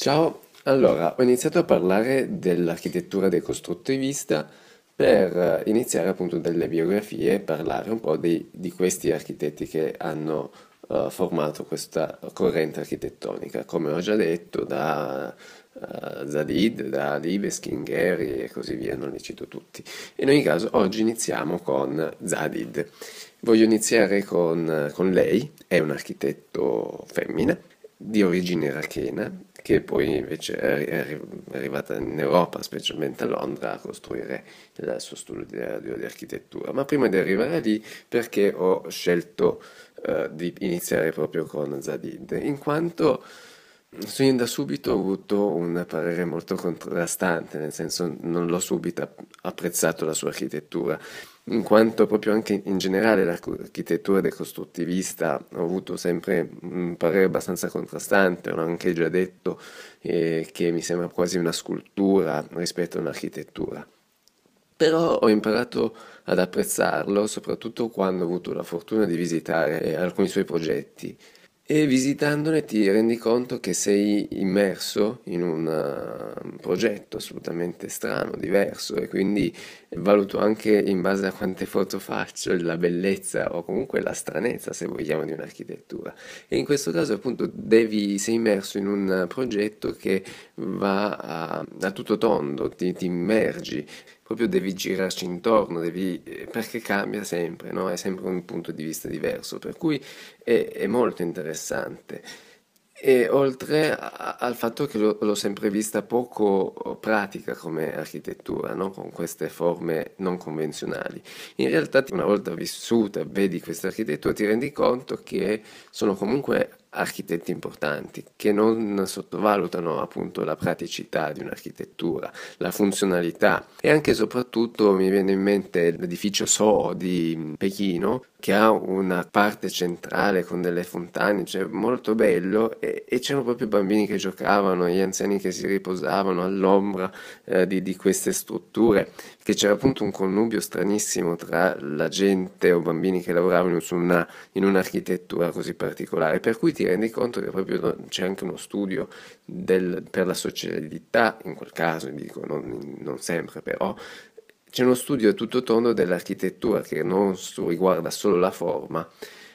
Ciao, allora ho iniziato a parlare dell'architettura decostruttivista per iniziare appunto delle biografie e parlare un po' di questi architetti che hanno formato questa corrente architettonica, come ho già detto, da Zadid, da Libeskind, Gehry e così via, non li cito tutti. In ogni caso, oggi iniziamo con Zadid. Voglio iniziare con lei, è un architetto femmina di origine irachena, che poi invece è arrivata in Europa, specialmente a Londra, a costruire il suo studio di architettura. Ma prima di arrivare lì, perché ho scelto di iniziare proprio con Zadid? In quanto sin da subito ho avuto un parere molto contrastante, nel senso non l'ho subito apprezzato la sua architettura, in quanto proprio anche in generale l'architettura decostruttivista ho avuto sempre un parere abbastanza contrastante, ho anche già detto che mi sembra quasi una scultura rispetto a un'architettura. Però ho imparato ad apprezzarlo, soprattutto quando ho avuto la fortuna di visitare alcuni suoi progetti. E visitandone ti rendi conto che sei immerso in un progetto assolutamente strano, diverso, e quindi valuto anche in base a quante foto faccio la bellezza o comunque la stranezza, se vogliamo, di un'architettura. E in questo caso appunto sei immerso in un progetto che va a tutto tondo, ti immergi, proprio devi girarci intorno, perché cambia sempre, no? È sempre un punto di vista diverso, per cui è molto interessante. E oltre al fatto che l'ho sempre vista poco pratica come architettura, no? Con queste forme non convenzionali. In realtà, una volta vissuta, vedi questa architettura, ti rendi conto che sono comunque architetti importanti, che non sottovalutano appunto la praticità di un'architettura, la funzionalità. E anche e soprattutto mi viene in mente l'edificio So di Pechino, che ha una parte centrale con delle fontane, cioè molto bello, e c'erano proprio bambini che giocavano, gli anziani che si riposavano all'ombra di queste strutture, che c'era appunto un connubio stranissimo tra la gente o bambini che lavoravano in un'architettura così particolare, per cui ti rendi conto che proprio c'è anche uno studio per la socialità, in quel caso, dico, non sempre però, c'è uno studio a tutto tondo dell'architettura che non riguarda solo la forma,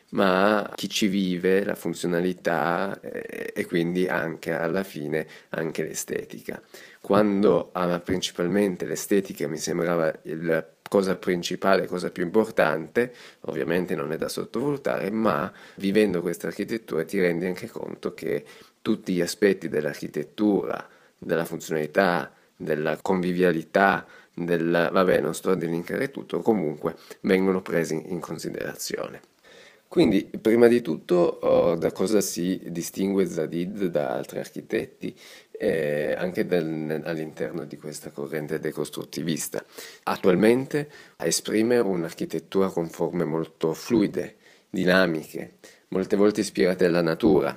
ma chi ci vive, la funzionalità e quindi anche alla fine anche l'estetica. Quando principalmente l'estetica mi sembrava la cosa principale, cosa più importante, ovviamente non è da sottovalutare, ma vivendo questa architettura ti rendi anche conto che tutti gli aspetti dell'architettura, della funzionalità, della convivialità, vabbè, non sto ad elencare tutto, comunque vengono presi in considerazione. Quindi, prima di tutto, da cosa si distingue Zadid da altri architetti, anche all'interno di questa corrente decostruttivista? Attualmente esprime un'architettura con forme molto fluide, dinamiche, molte volte ispirate alla natura,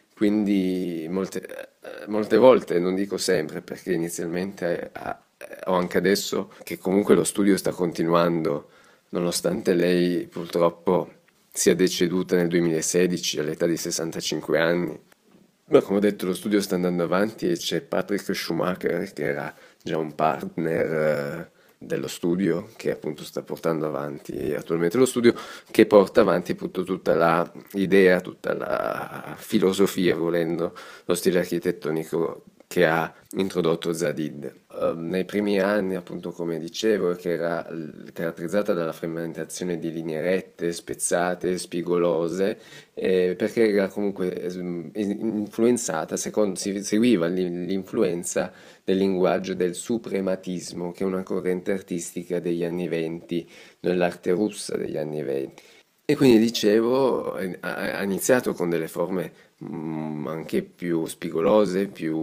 quindi molte volte, non dico sempre, perché inizialmente o anche adesso, che comunque lo studio sta continuando, nonostante lei purtroppo sia deceduta nel 2016 all'età di 65 anni. Ma come ho detto, lo studio sta andando avanti e c'è Patrick Schumacher, che era già un partner dello studio, che appunto sta portando avanti attualmente lo studio, che porta avanti appunto tutta l'idea, tutta la filosofia, volendo, lo stile architettonico che ha introdotto Zadid. Nei primi anni, appunto, come dicevo, che era caratterizzata dalla frammentazione di linee rette, spezzate, spigolose, perché era comunque influenzata, seguiva l'influenza del linguaggio del suprematismo, che è una corrente artistica degli anni venti, nell'arte russa degli anni venti. E quindi dicevo, ha iniziato con delle forme anche più spigolose,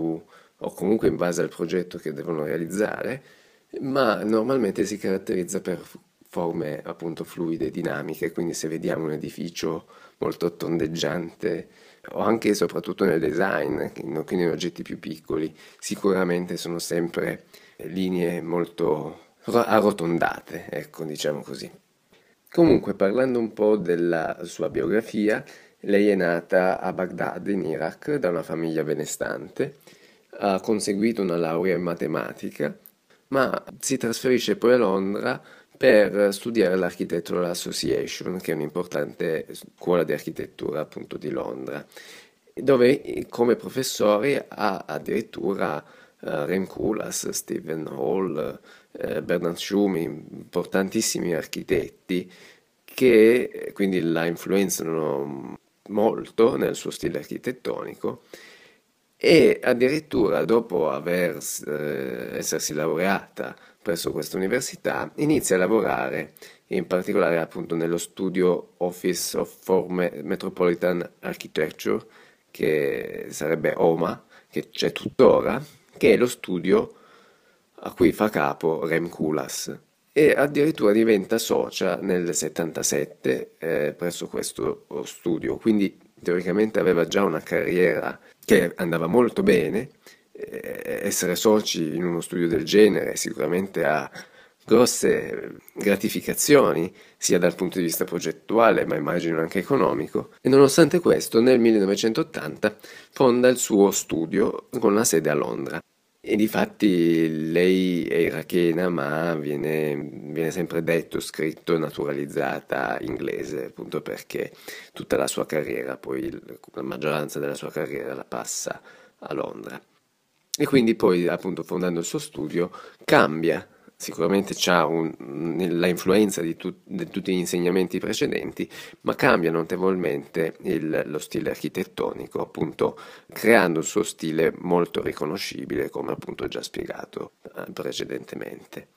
o comunque in base al progetto che devono realizzare, ma normalmente si caratterizza per forme appunto fluide, dinamiche, quindi se vediamo un edificio molto tondeggiante o anche e soprattutto nel design, quindi in oggetti più piccoli, sicuramente sono sempre linee molto arrotondate, ecco, diciamo così. Comunque, parlando un po' della sua biografia, lei è nata a Baghdad, in Iraq, da una famiglia benestante. ha conseguito una laurea in matematica, ma si trasferisce poi a Londra per studiare l'Architectural Association, che è un'importante scuola di architettura appunto di Londra, dove come professori ha addirittura Rem Koolhaas, Stephen Hall, Bernard Tschumi, importantissimi architetti che quindi la influenzano molto nel suo stile architettonico e addirittura dopo essersi laureata presso questa università inizia a lavorare in particolare appunto nello studio Office for Metropolitan Architecture, che sarebbe OMA, che c'è tuttora, che è lo studio a cui fa capo Rem Koolhaas e addirittura diventa socia nel 77 presso questo studio, quindi teoricamente aveva già una carriera che andava molto bene. Essere soci in uno studio del genere sicuramente ha grosse gratificazioni, sia dal punto di vista progettuale, ma immagino anche economico. E nonostante questo, nel 1980 fonda il suo studio con la sede a Londra. E difatti lei è irachena, ma viene sempre detto, scritto, naturalizzata inglese, appunto perché tutta la sua carriera, poi la maggioranza della sua carriera la passa a Londra. E quindi poi, appunto, fondando il suo studio, cambia. Sicuramente c'ha la influenza di tutti gli insegnamenti precedenti, ma cambia notevolmente lo stile architettonico, appunto creando il suo stile molto riconoscibile, come appunto già spiegato precedentemente.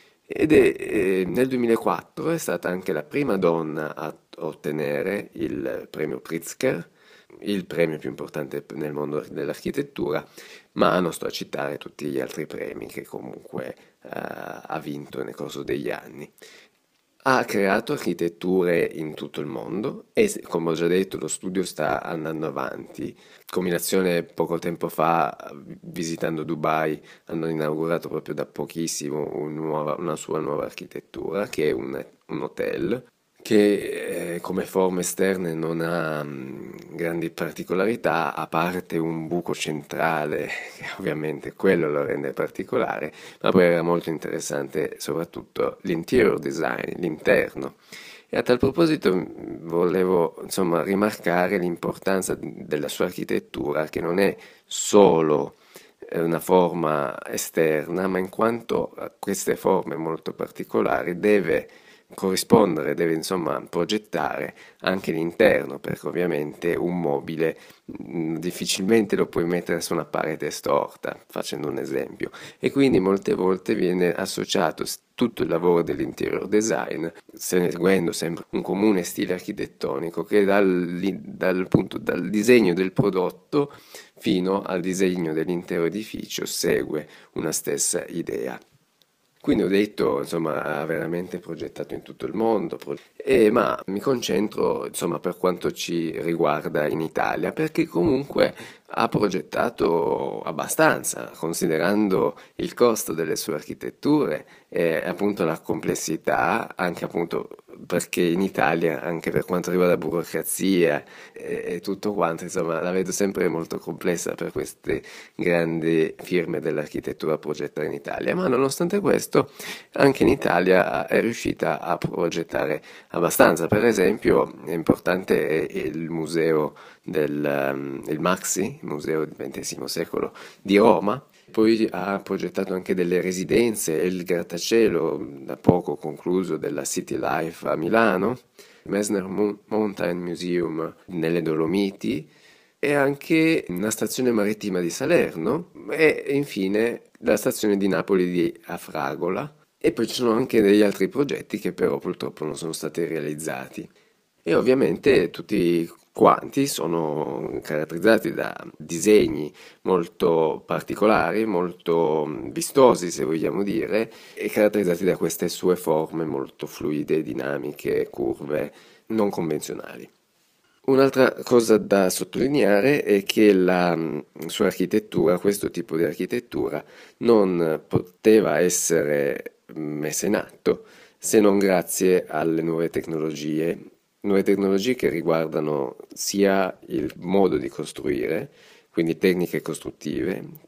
Nel 2004 è stata anche la prima donna a ottenere il premio Pritzker, il premio più importante nel mondo dell'architettura, ma non sto a citare tutti gli altri premi che comunque ha vinto nel corso degli anni. Ha creato architetture in tutto il mondo e, come ho già detto, lo studio sta andando avanti. Combinazione poco tempo fa, visitando Dubai, hanno inaugurato proprio da pochissimo una sua nuova architettura, che è un hotel, che come forme esterne non ha grandi particolarità, a parte un buco centrale, che ovviamente quello lo rende particolare, ma poi era molto interessante soprattutto l'interior design, l'interno. E a tal proposito volevo insomma rimarcare l'importanza della sua architettura, che non è solo una forma esterna, ma in quanto a queste forme molto particolari deve corrispondere, deve insomma progettare anche l'interno, perché ovviamente un mobile difficilmente lo puoi mettere su una parete storta, facendo un esempio, e quindi molte volte viene associato tutto il lavoro dell'interior design, seguendo sempre un comune stile architettonico che dal disegno del prodotto fino al disegno dell'intero edificio segue una stessa idea. Quindi ho detto, insomma, ha veramente progettato in tutto il mondo, ma mi concentro, insomma, per quanto ci riguarda in Italia, perché comunque ha progettato abbastanza, considerando il costo delle sue architetture e appunto la complessità, anche appunto perché in Italia, anche per quanto riguarda la burocrazia e tutto quanto, insomma, la vedo sempre molto complessa per queste grandi firme dell'architettura a progettare in Italia, ma nonostante questo anche in Italia è riuscita a progettare abbastanza. Per esempio, è importante è il museo il MAXXI, il museo del XX secolo di Roma. Poi ha progettato anche delle residenze e il grattacielo da poco concluso della City Life a Milano, il Messner Mountain Museum nelle Dolomiti e anche una stazione marittima di Salerno e infine la stazione di Napoli di Afragola. E poi ci sono anche degli altri progetti che però purtroppo non sono stati realizzati. E ovviamente tutti quanti sono caratterizzati da disegni molto particolari, molto vistosi se vogliamo dire, e caratterizzati da queste sue forme molto fluide, dinamiche, curve, non convenzionali. Un'altra cosa da sottolineare è che la sua architettura, questo tipo di architettura, non poteva essere messa in atto se non grazie alle nuove tecnologie che riguardano sia il modo di costruire, quindi tecniche costruttive,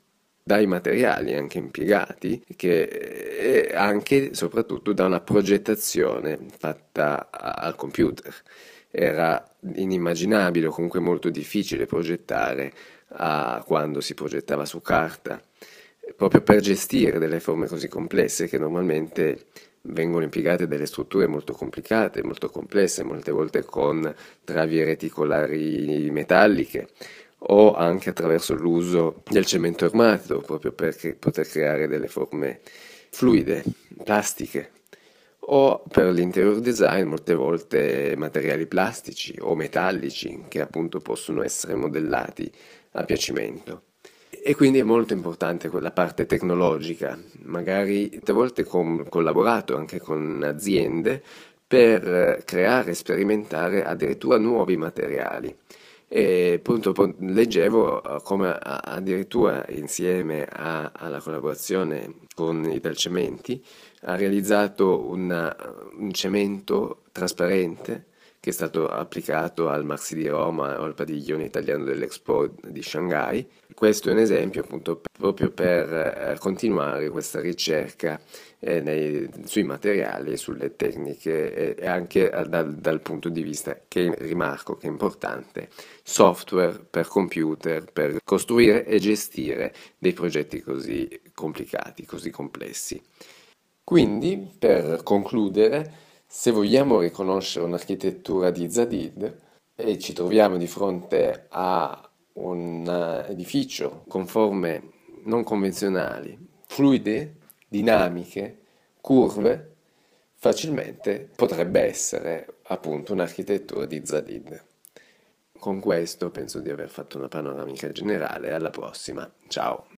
dai materiali anche impiegati, e anche e soprattutto da una progettazione fatta al computer. Era inimmaginabile o comunque molto difficile progettare quando si progettava su carta, proprio per gestire delle forme così complesse che normalmente vengono impiegate delle strutture molto complicate, molto complesse, molte volte con travi reticolari metalliche o anche attraverso l'uso del cemento armato, proprio per poter creare delle forme fluide, plastiche, o per l'interior design molte volte materiali plastici o metallici che appunto possono essere modellati a piacimento. E quindi è molto importante quella parte tecnologica, magari tante volte ho collaborato anche con aziende per creare e sperimentare addirittura nuovi materiali. E appunto leggevo come addirittura insieme alla collaborazione con Italcementi ha realizzato un cemento trasparente che è stato applicato al Maxi di Roma o al padiglione italiano dell'Expo di Shanghai. Questo è un esempio appunto proprio per continuare questa ricerca sui materiali e sulle tecniche e anche dal punto di vista che rimarco che è importante, software per computer, per costruire e gestire dei progetti così complicati, così complessi. Quindi, per concludere, se vogliamo riconoscere un'architettura di Zadid e ci troviamo di fronte a un edificio con forme non convenzionali, fluide, dinamiche, curve, facilmente potrebbe essere appunto un'architettura di Zadid. Con questo penso di aver fatto una panoramica generale. Alla prossima, ciao!